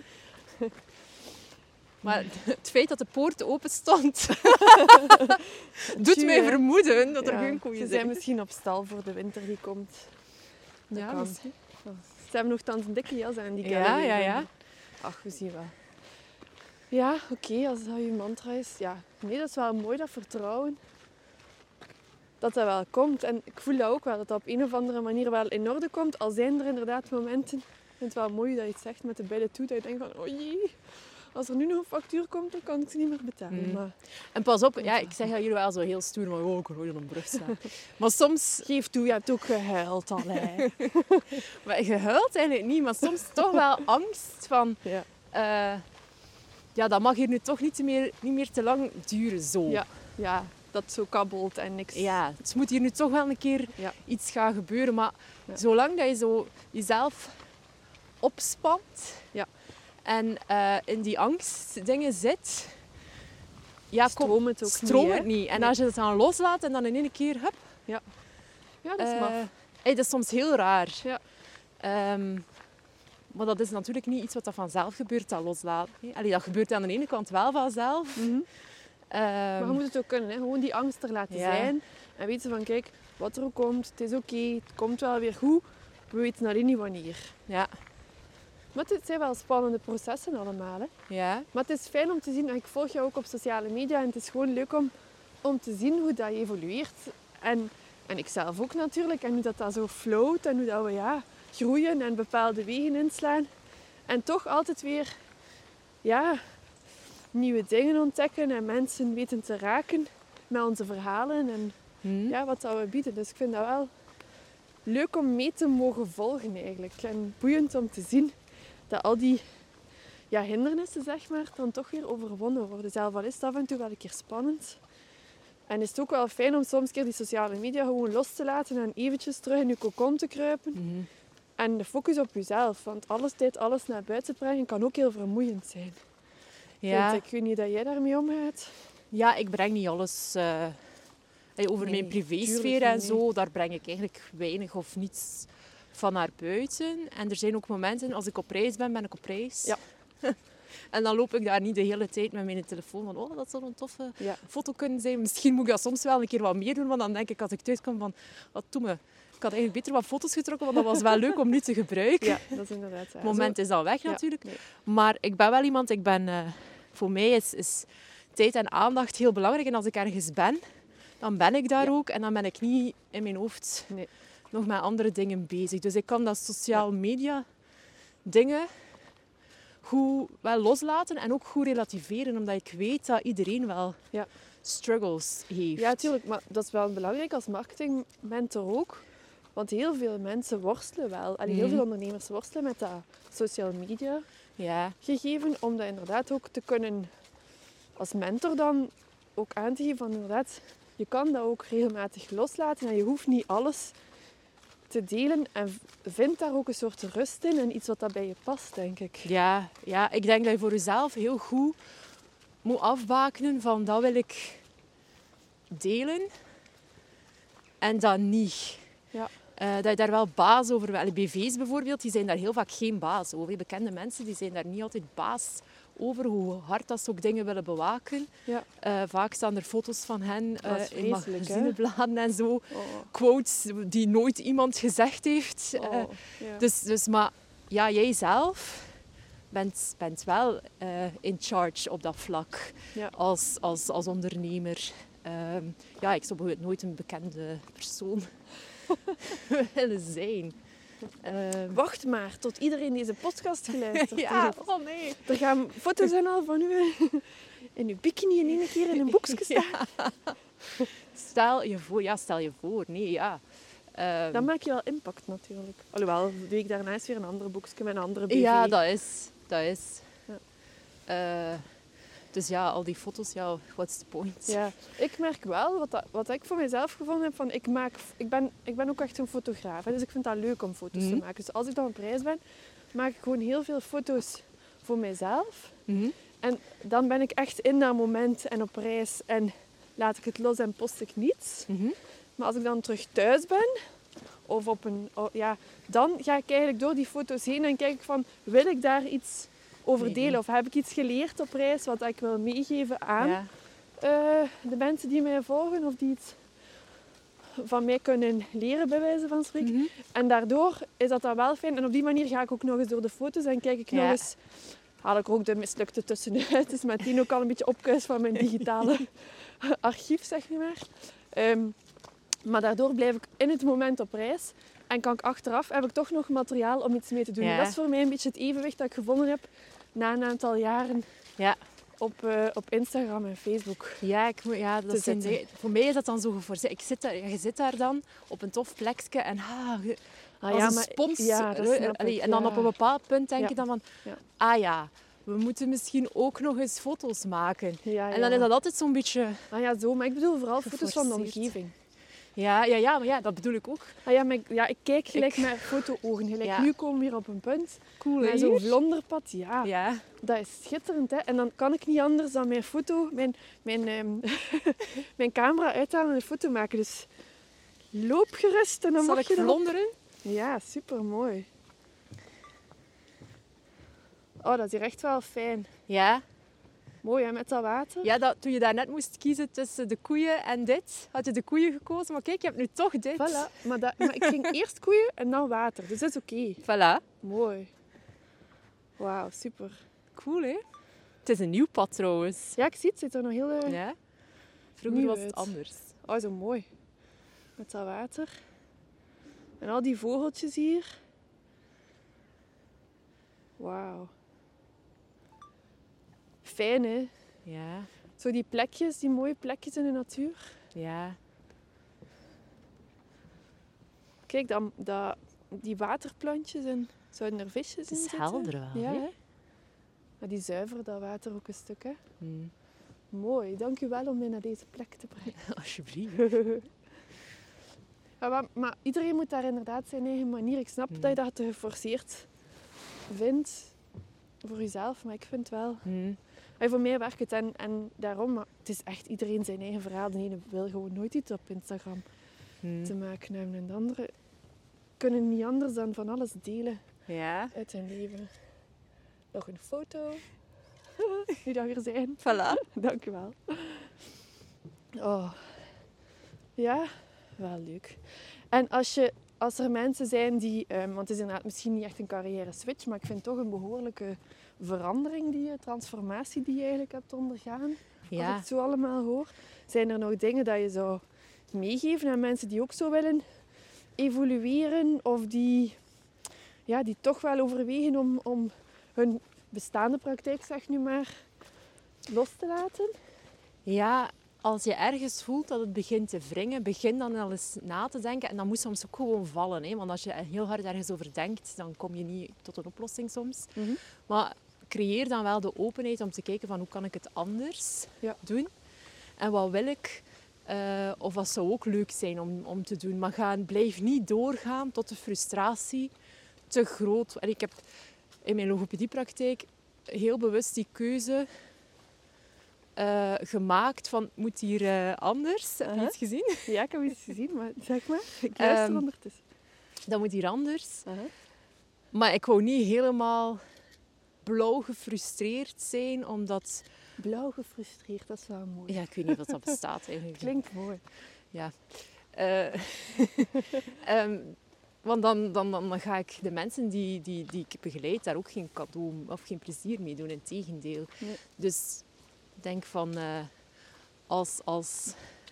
Maar het feit dat de poort open stond, doet Tjie, mij vermoeden dat er ja, geen koeien zijn. Ze zijn misschien op stal voor de winter die komt. Dat ja, kan. misschien. Ze hebben nogthans een dikke jas aan die Ja, ja, ja. Ach, we zien wel. Ja, oké, okay, als dat je mantra is. Ja, nee, dat is wel mooi, dat vertrouwen. Dat dat wel komt. En ik voel dat ook wel, dat dat op een of andere manier wel in orde komt. Al zijn er inderdaad momenten, ik vind het wel mooi dat je het zegt met de billen toe, dat je denkt van, oh jee. Als er nu nog een factuur komt, dan kan ik ze niet meer betalen. Mm. Maar... En pas op, ja, ik zeg dat jullie wel zo heel stoer, maar oh, ik wil nooit op een brug staan. Maar soms... Geef toe, je hebt ook gehuild al, hè. Maar gehuild eigenlijk niet, maar soms toch wel angst van... Ja, uh, ja dat mag hier nu toch niet meer, niet meer te lang duren, zo. Ja, ja, dat zo kabbelt en niks... Ja, het moet hier nu toch wel een keer ja. iets gaan gebeuren, maar ja. zolang dat je zo jezelf opspant... Ja. En uh, in die angstdingen zit, ja, stroomt het ook stroom niet. Het niet. En nee. als je het dan loslaat en dan in één keer, hup. Ja, ja dat is uh, maf. Hey, dat is soms heel raar. Ja. Um, maar dat is natuurlijk niet iets wat dat vanzelf gebeurt, dat loslaten. Allee, dat gebeurt aan de ene kant wel vanzelf. Mm-hmm. Um, maar je moet het ook kunnen, hè? Gewoon die angst er laten ja. zijn. En weten van, kijk, wat er ook komt, het is oké, okay, het komt wel weer goed. We weten alleen niet wanneer. Ja. Maar het zijn wel spannende processen allemaal. Hè? Ja. Maar het is fijn om te zien, en ik volg jou ook op sociale media, en het is gewoon leuk om, om te zien hoe dat evolueert. En, en ik zelf ook natuurlijk, en hoe dat, dat zo float, en hoe dat we ja, groeien en bepaalde wegen inslaan. En toch altijd weer ja, nieuwe dingen ontdekken en mensen weten te raken met onze verhalen en hmm. ja, wat dat we bieden. Dus ik vind dat wel leuk om mee te mogen volgen eigenlijk. En boeiend om te zien dat al die ja, hindernissen, zeg maar, dan toch weer overwonnen worden. Zelf al is het af en toe wel een keer spannend. En is het ook wel fijn om soms keer die sociale media gewoon los te laten en eventjes terug in je cocon te kruipen. Mm-hmm. En de focus op jezelf. Want alles tijd alles naar buiten brengen kan ook heel vermoeiend zijn. Ja. Ik weet niet dat jij daarmee omgaat. Ja, ik breng niet alles... Uh, over nee, mijn privésfeer en zo, nee. Daar breng ik eigenlijk weinig of niets van naar buiten. En er zijn ook momenten, als ik op reis ben, ben ik op reis. Ja. En dan loop ik daar niet de hele tijd met mijn telefoon van, oh, dat zou een toffe ja. foto kunnen zijn. Misschien moet ik dat soms wel een keer wat meer doen, want dan denk ik als ik thuis kom van, wat doe me? Ik had eigenlijk beter wat foto's getrokken, want dat was wel leuk om nu te gebruiken. Ja, dat is inderdaad. Het moment zo... is dan weg ja, natuurlijk. Nee. Maar ik ben wel iemand, ik ben, uh, voor mij is, is tijd en aandacht heel belangrijk. En als ik ergens ben, dan ben ik daar ja. ook. En dan ben ik niet in mijn hoofd nee. nog met andere dingen bezig. Dus ik kan dat sociaal media dingen goed wel loslaten en ook goed relativeren. Omdat ik weet dat iedereen wel ja. struggles heeft. Ja, natuurlijk. Maar dat is wel belangrijk als marketingmentor ook. Want heel veel mensen worstelen wel. En heel mm. veel ondernemers worstelen met dat social media ja. gegeven. Om dat inderdaad ook te kunnen als mentor dan ook aan te geven van inderdaad... Je kan dat ook regelmatig loslaten en je hoeft niet alles te delen. En vind daar ook een soort rust in en iets wat dat bij je past, denk ik. Ja, ja, ik denk dat je voor jezelf heel goed moet afbakenen van dat wil ik delen en dat niet. Ja. Uh, dat je daar wel baas over wil. B V's bijvoorbeeld, die zijn daar heel vaak geen baas over. Bekende mensen die zijn daar niet altijd baas over, hoe hard dat ze ook dingen willen bewaken. Ja. Uh, vaak staan er foto's van hen uh, in magazinebladen en zo. Oh. Quotes die nooit iemand gezegd heeft. Uh, oh. ja. dus, dus, maar ja, jij zelf bent, bent wel uh, in charge op dat vlak. Ja. Als, als, als ondernemer. Um, ja, ik zou bijvoorbeeld nooit een bekende persoon willen zijn. Um, Wacht maar, tot iedereen deze podcast geluisterd ja, heeft. oh nee. Er gaan foto's en al van u in uw bikini in één keer in een boekje staan. Ja. Stel je voor, ja, stel je voor. Nee, ja. Um, Dan maak je wel impact natuurlijk. Alhoewel, de week daarna is weer een ander boekje met een andere B V. ja, dat is. Dat is. Ja. Uh, dus ja, al die foto's, ja, what's the point? Ja, ik merk wel, wat, dat, wat ik voor mezelf gevonden heb, van ik, maak, ik, ben, ik ben ook echt een fotograaf. Hè, dus ik vind dat leuk om foto's Mm-hmm. te maken. Dus als ik dan op reis ben, maak ik gewoon heel veel foto's voor mezelf. Mm-hmm. En dan ben ik echt in dat moment en op reis en laat ik het los en post ik niets. Mm-hmm. Maar als ik dan terug thuis ben, of op een, oh, ja, dan ga ik eigenlijk door die foto's heen en kijk ik van, wil ik daar iets over delen? Nee. Of heb ik iets geleerd op reis wat ik wil meegeven aan Ja. uh, de mensen die mij volgen of die iets van mij kunnen leren, bij wijze van spreken. Mm-hmm. En daardoor is dat dan wel fijn. En op die manier ga ik ook nog eens door de foto's en kijk ik Ja. nog eens, haal ik er ook de mislukte tussenuit. Dus meteen ook al een beetje opkuis van mijn digitale archief, zeg maar. Um, maar daardoor blijf ik in het moment op reis. En kan ik achteraf, heb ik toch nog materiaal om iets mee te doen. Ja. En dat is voor mij een beetje het evenwicht dat ik gevonden heb na een aantal jaren Ja. op, uh, op Instagram en Facebook. Ja, ik, moet- ja dat Te zijn zitten. de- voor mij is dat dan zo geforceerd. Ik zit daar, je zit daar dan op een tof plekje en ah, je- Ah, als ja, een maar, spons. ja, dat eh, snap allee, ik, en dan ja. op een bepaald punt denk Ja. je dan van, Ja. ah ja, we moeten misschien ook nog eens foto's maken. Ja, En dan ja. is dat altijd zo'n beetje... Ah ja, zo. Maar ik bedoel vooral foto's van de Geforceerd. omgeving. Ja, ja, ja, maar ja, dat bedoel ik ook. Ah ja, maar ik, ja, ik kijk gelijk Ik- met foto-ogen. Gelijk, Ja. nu komen we hier op een punt. Cool, Met zo'n vlonderpad. Ja, Ja. dat is schitterend. Hè? En dan kan ik niet anders dan mijn foto, mijn, mijn, ehm, mijn camera uithalen en een foto maken. Dus loop gerust en dan Zal mag ik je erop. vlonderen? Ja, super mooi. Oh, dat is hier echt wel fijn. Ja. Mooi hè, met dat water. Ja, dat, toen je daarnet moest kiezen tussen de koeien en dit, had je de koeien gekozen. Maar kijk, je hebt nu toch dit. Voilà. Maar, dat, maar ik ging eerst koeien en dan water. Dus dat is oké. Voilà. Mooi. Wauw, super. Cool, hè? Het is een nieuw pad trouwens. Ja, ik zie het. Zit er nog heel... eh, Ja. Vroeger Nieuw was het uit. anders. Oh, zo mooi. Met dat water. En al die vogeltjes hier. Wauw. Fijn, hè? Ja. Zo die plekjes, die mooie plekjes in de natuur. Ja. Kijk, dat, dat, die waterplantjes en zouden er visjes Het in is zitten? helder wel, Ja, hè? hè? Maar die zuiveren dat water ook een stuk, hè? Hmm. Mooi. Dank u wel om mij naar deze plek te brengen. Alsjeblieft. Ja, maar, maar iedereen moet daar inderdaad zijn eigen manier. Ik snap Hmm. dat je dat te geforceerd vindt voor jezelf, maar ik vind wel... Hmm. En voor mij werkt het en, en daarom, maar het is echt iedereen zijn eigen verhaal. De ene wil gewoon nooit iets op Instagram Hmm. te maken hebben en de andere kunnen niet anders dan van alles delen Ja. uit zijn leven. Nog een foto. Nu dat we er zijn. Voilà. Dank u wel. Oh. Ja, wel leuk. En als, je, als er mensen zijn die... Um, want het is inderdaad misschien niet echt een carrière switch, maar ik vind toch een behoorlijke verandering, die je, transformatie die je eigenlijk hebt ondergaan. Als ik Ja. het zo allemaal hoor. Zijn er nog dingen dat je zou meegeven aan mensen die ook zo willen evolueren? Of die, ja, die toch wel overwegen om, om hun bestaande praktijk, zeg nu maar, los te laten? Ja, als je ergens voelt dat het begint te wringen, begin dan al eens na te denken. En dat moet soms ook gewoon vallen. Hè? Want als je heel hard ergens over denkt, dan kom je niet tot een oplossing soms. Mm-hmm. Maar creëer dan wel de openheid om te kijken van hoe kan ik het anders Ja. doen. En wat wil ik, uh, of wat zou ook leuk zijn om, om te doen. Maar ga, blijf niet doorgaan tot de frustratie te groot. En ik heb in mijn logopediepraktijk heel bewust die keuze uh, gemaakt van, moet hier uh, anders? Heb je Uh-huh. iets gezien? Ja, ik heb iets gezien, maar zeg maar. Ik luister Um, ondertussen. Dat moet hier anders. Uh-huh. Maar ik wou niet helemaal blauw gefrustreerd zijn, omdat... Blauw gefrustreerd, dat is wel mooi. Ja, ik weet niet of dat bestaat eigenlijk. Klinkt mooi. Ja. Uh, um, want dan, dan, dan ga ik de mensen die, die, die ik begeleid daar ook geen cadeau of geen plezier mee doen. Integendeel. Nee. Dus ik denk van... Uh, als, als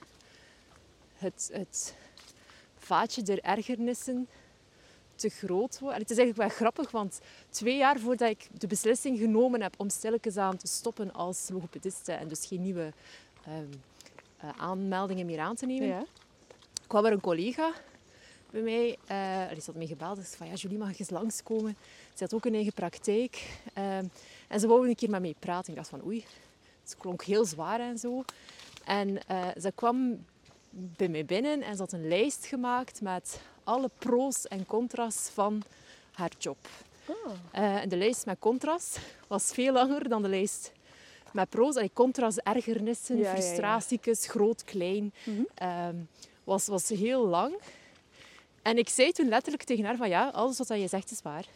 het, het vaatje der ergernissen te groot wordt. En het is eigenlijk wel grappig, want twee jaar voordat ik de beslissing genomen heb om stilletjes aan te stoppen als logopediste en dus geen nieuwe um, uh, aanmeldingen meer aan te nemen, Ja. kwam er een collega bij mij. Uh, die had mij gebeld. Ze zei van, ja, Julie, mag ik eens langskomen? Ze had ook een eigen praktijk. Um, en ze wou een keer met mij praten. Ik dacht van, oei, het klonk heel zwaar en zo. En uh, ze kwam bij mij binnen en ze had een lijst gemaakt met alle pro's en contra's van haar job. Oh. Uh, en de lijst met contra's was veel langer dan de lijst met pro's. En contra's, ergernissen, ja, frustratiekes, ja, ja. groot, klein. Mm-hmm. Um, was, was heel lang. En ik zei toen letterlijk tegen haar van ja, alles wat je zegt is waar.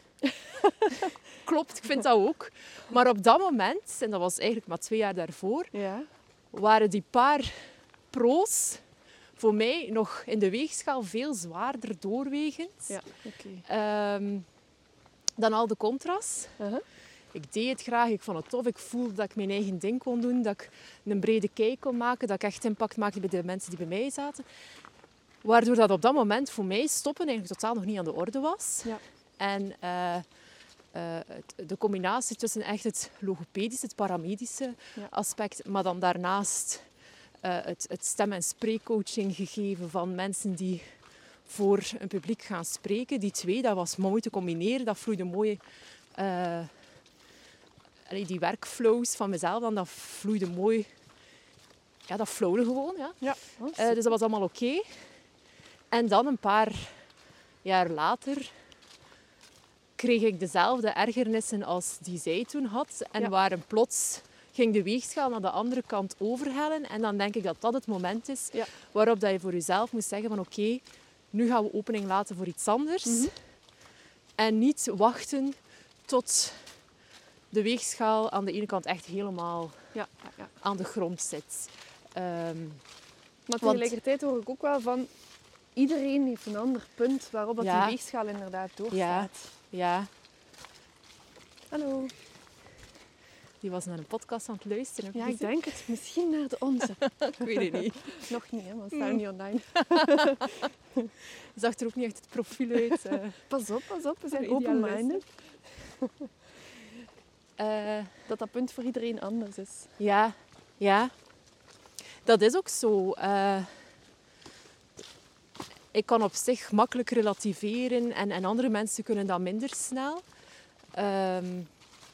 Klopt, ik vind dat ook. Maar op dat moment, en dat was eigenlijk maar twee jaar daarvoor, ja. waren die paar pro's voor mij nog in de weegschaal veel zwaarder doorwegend ja, okay. um, dan al de contra's. Uh-huh. Ik deed het graag, ik vond het tof, ik voelde dat ik mijn eigen ding kon doen, dat ik een brede kijk kon maken, dat ik echt impact maakte bij de mensen die bij mij zaten. Waardoor dat op dat moment voor mij stoppen eigenlijk totaal nog niet aan de orde was. Ja. En uh, uh, het, de combinatie tussen echt het logopedische, het paramedische ja. aspect, maar dan daarnaast uh, het, het stem- en spreekcoaching gegeven van mensen die voor een publiek gaan spreken. Die twee, dat was mooi te combineren, dat vloeide mooi. Uh, die workflows van mezelf, dan, dat vloeide mooi. Ja, dat flowde gewoon. Ja. Ja, uh, dus dat was allemaal oké. Okay. En dan een paar jaar later kreeg ik dezelfde ergernissen als die zij toen had. En ja. waren plots ging de weegschaal naar de andere kant overhellen. En dan denk ik dat dat het moment is ja. waarop dat je voor jezelf moet zeggen van oké, okay, nu gaan we opening laten voor iets anders. Mm-hmm. En niet wachten tot de weegschaal aan de ene kant echt helemaal ja, ja, ja. aan de grond zit. Um, maar tegelijkertijd hoor ik ook wel van iedereen heeft een ander punt waarop dat ja. die weegschaal inderdaad doorgaat. Ja, ja. Hallo. Die was naar een podcast aan het luisteren. Ja, ik denk het. Misschien naar de onze. Ik weet het niet. Nog niet, hè, want we staan niet online. Zag er ook niet echt het profiel uit. Uh, pas op, pas op. We zijn open-minded. uh, dat dat punt voor iedereen anders is. Ja, ja. Dat is ook zo. Uh, ik kan op zich makkelijk relativeren en, en andere mensen kunnen dat minder snel. Um,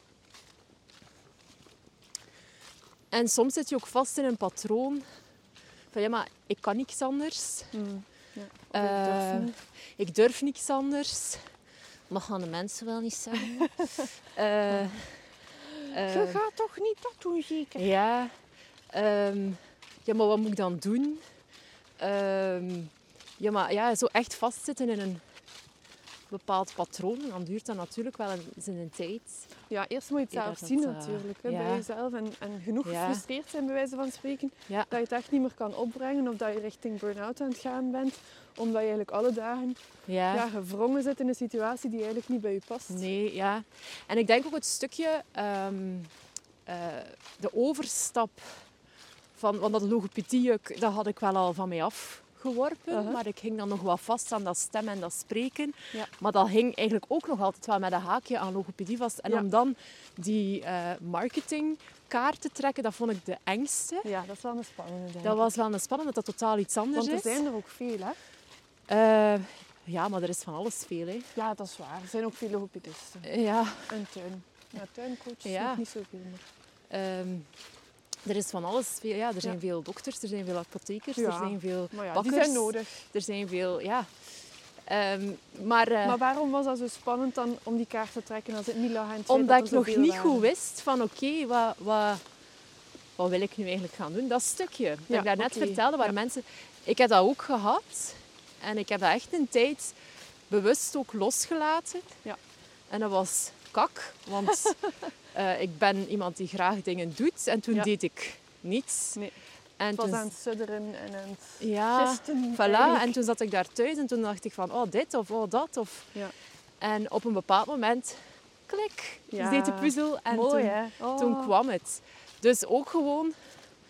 en soms zit je ook vast in een patroon van ja, maar ik kan niks anders. Mm, ja. uh, ik, durf ik durf niks anders. Maar gaan de mensen wel niet zeggen. uh, uh, je gaat toch niet dat doen, zeker? Ja. Um, ja, maar wat moet ik dan doen? Um, ja, maar ja, zo echt vastzitten in een bepaald patroon, dan duurt dat natuurlijk wel eens een, een tijd. Ja, eerst moet je het zelf dat zien dat, uh, natuurlijk, hè, ja. bij jezelf. En, en genoeg ja. gefrustreerd zijn, bij wijze van spreken, ja. dat je het echt niet meer kan opbrengen of dat je richting burn-out aan het gaan bent. Omdat je eigenlijk alle dagen ja. Ja, gewrongen zit in een situatie die eigenlijk niet bij je past. Nee, ja. En ik denk ook het stukje, um, uh, de overstap van, want dat logopedie, dat had ik wel al van mij afgeworpen. Uh-huh. Maar ik hing dan nog wel vast aan dat stem en dat spreken. Ja. Maar dat hing eigenlijk ook nog altijd wel met een haakje aan logopedie vast. En ja. om dan die uh, marketingkaart te trekken, dat vond ik de engste. Ja, dat is wel een spannende. Denk dat ik. was wel een spannende, dat dat totaal iets anders is. Want er zijn er ook veel, hè? Uh, ja, maar er is van alles veel, hè. Ja, dat is waar. Er zijn ook veel logopedisten. Ja. En tuin. Ja, tuincoach is ja. nog niet zoveel meer. Um, Er is van alles. Veel, ja, er zijn ja. veel dokters, er zijn veel apothekers, ja. er zijn veel maar ja, bakkers. Die zijn nodig. Er zijn veel, ja. Um, maar, uh, maar waarom was dat zo spannend dan om die kaart te trekken als het niet lag aan het Omdat dat ik nog niet waren? goed wist van oké, okay, wat, wat, wat wil ik nu eigenlijk gaan doen? Dat stukje dat ja, ik daarnet okay. vertelde, waar ja. mensen... Ik heb dat ook gehad. En ik heb dat echt een tijd bewust ook losgelaten. Ja. En dat was kak, want uh, ik ben iemand die graag dingen doet. En toen ja. deed ik niets. Nee. En het was toen... aan het sudderen en aan het ja, gisten. Voilà. Eigenlijk. En toen zat ik daar thuis en toen dacht ik van, oh dit of oh dat. Of... Ja. En op een bepaald moment, klik, ja. ik deed de puzzel en Mooi, toen, hè? Oh. toen kwam het. Dus ook gewoon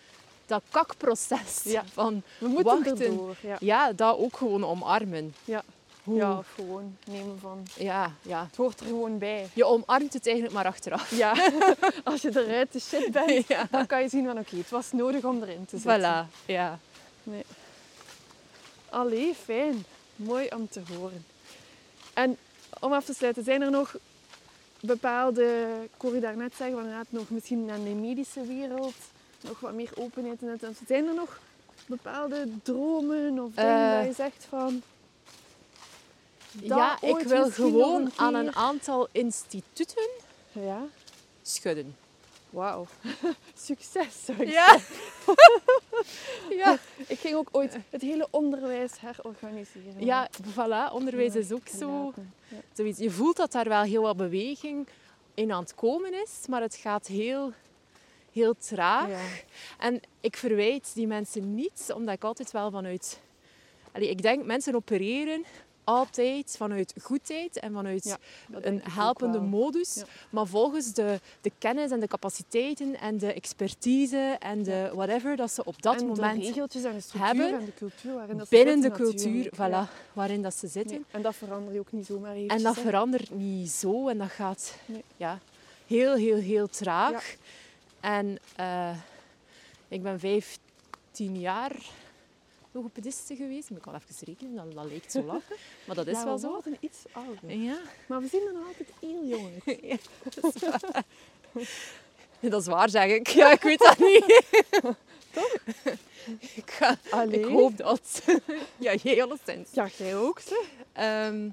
dat kakproces Ja. van We moeten wachten, erdoor. Ja. ja, dat ook gewoon omarmen. Ja. Hoe- ja, of gewoon nemen van... ja, ja. Het hoort er gewoon bij. Je omarmt het eigenlijk maar achteraf. Ja, als je eruit de shit bent, Ja. dan kan je zien van oké, het was nodig om erin te zitten. Voilà, ja. Nee. Allee, fijn. Mooi om te horen. En om af te sluiten, zijn er nog bepaalde, ik hoor je daarnet zeggen, van inderdaad nog misschien aan de medische wereld, nog wat meer openheid in het. Zijn er nog bepaalde dromen of dingen Eh, dat je zegt van... dat Ja, ik ooit wil misschien nog gewoon een aan een keer- aantal instituten Ja, schudden. wauw. Succes, zou ik Ja. ja. Ik ging ook ooit het hele onderwijs herorganiseren. Ja, voilà. Onderwijs Ja, is ook zo. inderdaad. Ja. Zoiets. Je voelt dat daar wel heel wat beweging in aan het komen is, maar het gaat heel, heel traag. Ja. En ik verwijt die mensen niet, omdat ik altijd wel vanuit... Allee, ik denk, mensen opereren altijd vanuit goedheid en vanuit Ja, dat een denk ik ook helpende wel. modus. Ja. Maar volgens de, de kennis en de capaciteiten en de expertise en de whatever dat ze op dat en moment de regeltjes en de structuur hebben en de cultuur waarin dat ze binnen de zitten cultuur natuurlijk. voilà, Ja. waarin dat ze zitten. Nee, en dat verander je ook niet zomaar En eventjes. dat hè. verandert niet zo en dat gaat Nee. ja, heel, heel, heel traag. En eh, ik ben vijftien jaar logopediste geweest. Moet ik wel even rekenen, dat, dat lijkt zo lang. Maar dat is Ja, wel we zo. worden iets ouder. Ja, Maar we zien er nog altijd heel jong uit. ja, dat is waar. Dat is waar, zeg ik. Ja, ik weet dat niet. Toch? Ik, ga, Allee. ik hoop dat. Ja, jij alleszins. Ja, jij ook, zeg. Ehm,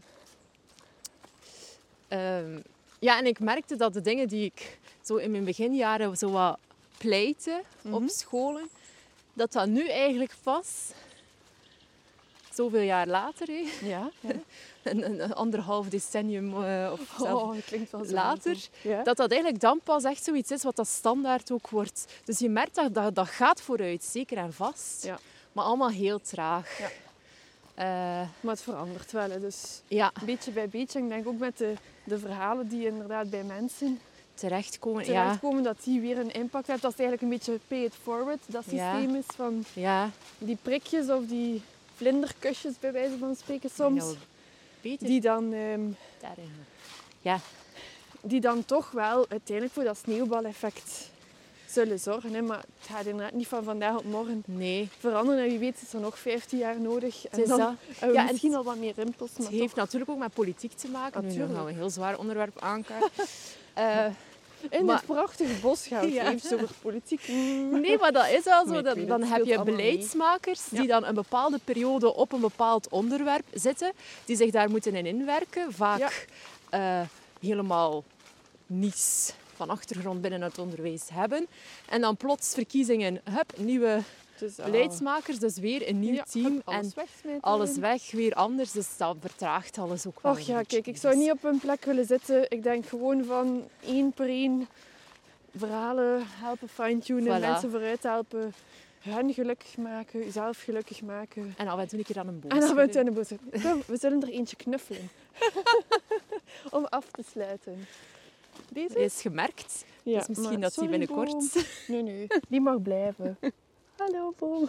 ehm, ja, en ik merkte dat de dingen die ik zo in mijn beginjaren zo wat pleitte Mhm. op scholen, dat dat nu eigenlijk pas, zoveel jaar later, hè, Ja. ja. een, een anderhalf decennium eh, of zelfs Oh, dat klinkt wel zo. later, Ja. dat dat eigenlijk dan pas echt zoiets is wat dat standaard ook wordt. Dus je merkt dat dat, dat gaat vooruit, zeker en vast. Ja. Maar allemaal heel traag. Ja. Eh, Maar het verandert wel. Hè. Dus ja, beetje bij beetje. Ik denk ook met de, de verhalen die inderdaad bij mensen terechtkomen. terechtkomen, dat die weer een impact hebben. Dat is eigenlijk een beetje pay it forward, dat Ja. systeem is van Ja, ja. die prikjes of die vlinderkusjes bij wijze van spreken soms. Ja, beter Die dan, ehm, daarin. Ja, die dan toch wel uiteindelijk voor dat sneeuwbaleffect zullen zorgen. Hè. Maar het gaat inderdaad niet van vandaag op morgen nee. veranderen. En wie weet is er nog vijftien jaar nodig. En Het is dan dat. hebben we Ja, en misschien het- al wat meer rimpels. Het Maar heeft natuurlijk ook met politiek te maken. Nu Natuurlijk. gaan we een heel zwaar onderwerp aankaarten. Eh, toch in maar- dit prachtige bos gaat het Ja. even over politiek. Mm. nee, maar dat is wel zo. Nee, ik Dat, weet dan het. heb Speelt je allemaal mee. beleidsmakers die Ja. dan een bepaalde periode op een bepaald onderwerp zitten. Die zich daar moeten in inwerken. Vaak eh, helemaal niets van achtergrond binnen het onderwijs hebben. En dan plots verkiezingen, hup, nieuwe Dus, ah, beleidsmakers. Dus weer een nieuw ja, team. hup, alles en wegsmijten. alles weg, weer anders. Dus dat vertraagt alles ook wel Och een ja, beetje. kijk, ik zou niet op een plek willen zitten. Ik denk gewoon van één per één verhalen helpen fine-tunen, Voilà. mensen vooruit helpen, hen gelukkig maken, jezelf gelukkig maken. En af en toe een keer aan een boom En dan schudden. we in de boos. Kom, we zullen er eentje knuffelen. Om af te sluiten. Deze? Is gemerkt. Ja, dus misschien maar dat die sorry, binnenkort... boom. Nee, nee, die mag blijven. Hallo, boom.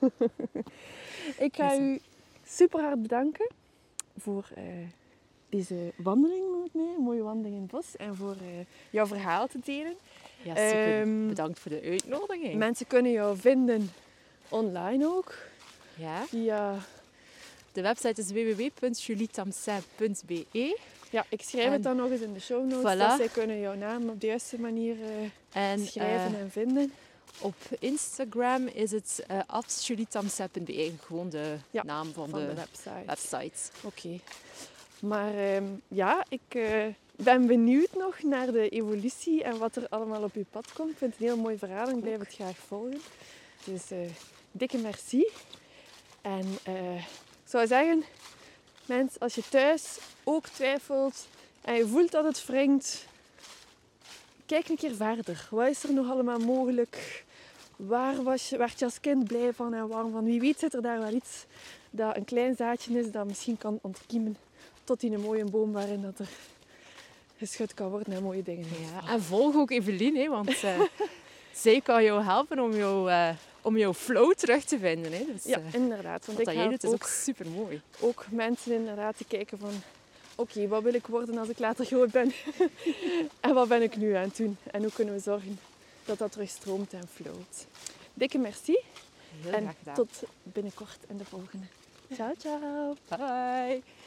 Ik ga u super hard bedanken voor eh, deze wandeling met mij. Een mooie wandeling in het bos. En voor eh, jouw verhaal te delen. Ja, super. Ehm, Bedankt voor de uitnodiging. Mensen kunnen jou vinden online ook. Ja. Via, De website is w w w punt julie tamsin punt b e. ja, ik schrijf En- het dan nog eens in de show notes. Voilà. Dat zij kunnen jouw naam op de juiste manier eh, En schrijven eh, en vinden. op Instagram is het uh, at julie tamsin punt b e. Gewoon de Ja, naam van, Van de, de website. website. Oké. Maar ehm, ja, ik eh, ben benieuwd nog naar de evolutie en wat er allemaal op uw pad komt. Ik vind het een heel mooi verhaal en ik blijf het graag volgen. Dus eh, dikke merci. En eh, ik zou zeggen, mensen, als je thuis ook twijfelt en je voelt dat het wringt, kijk een keer verder. Wat is er nog allemaal mogelijk? Waar was je, werd je als kind blij van en warm van? Wie weet zit er daar wel iets dat een klein zaadje is dat misschien kan ontkiemen tot in een mooie boom waarin dat er geschud kan worden en mooie dingen Ja. uitvallen. En volg ook Evelien, hè, want uh, zij kan jou helpen om jou uh, om jouw flow terug te vinden. Hè. Dus, Ja, uh, inderdaad. Want wat ik dat jij help doet, is ook, ook super mooi. ook mensen inderdaad te kijken van... Oké, okay, wat wil ik worden als ik later groot ben? En wat ben ik nu aan het doen? En hoe kunnen we zorgen dat dat terug stroomt en flowt? Dikke merci. Heel en graag gedaan. tot binnenkort in de volgende. Ciao, ciao. Bye.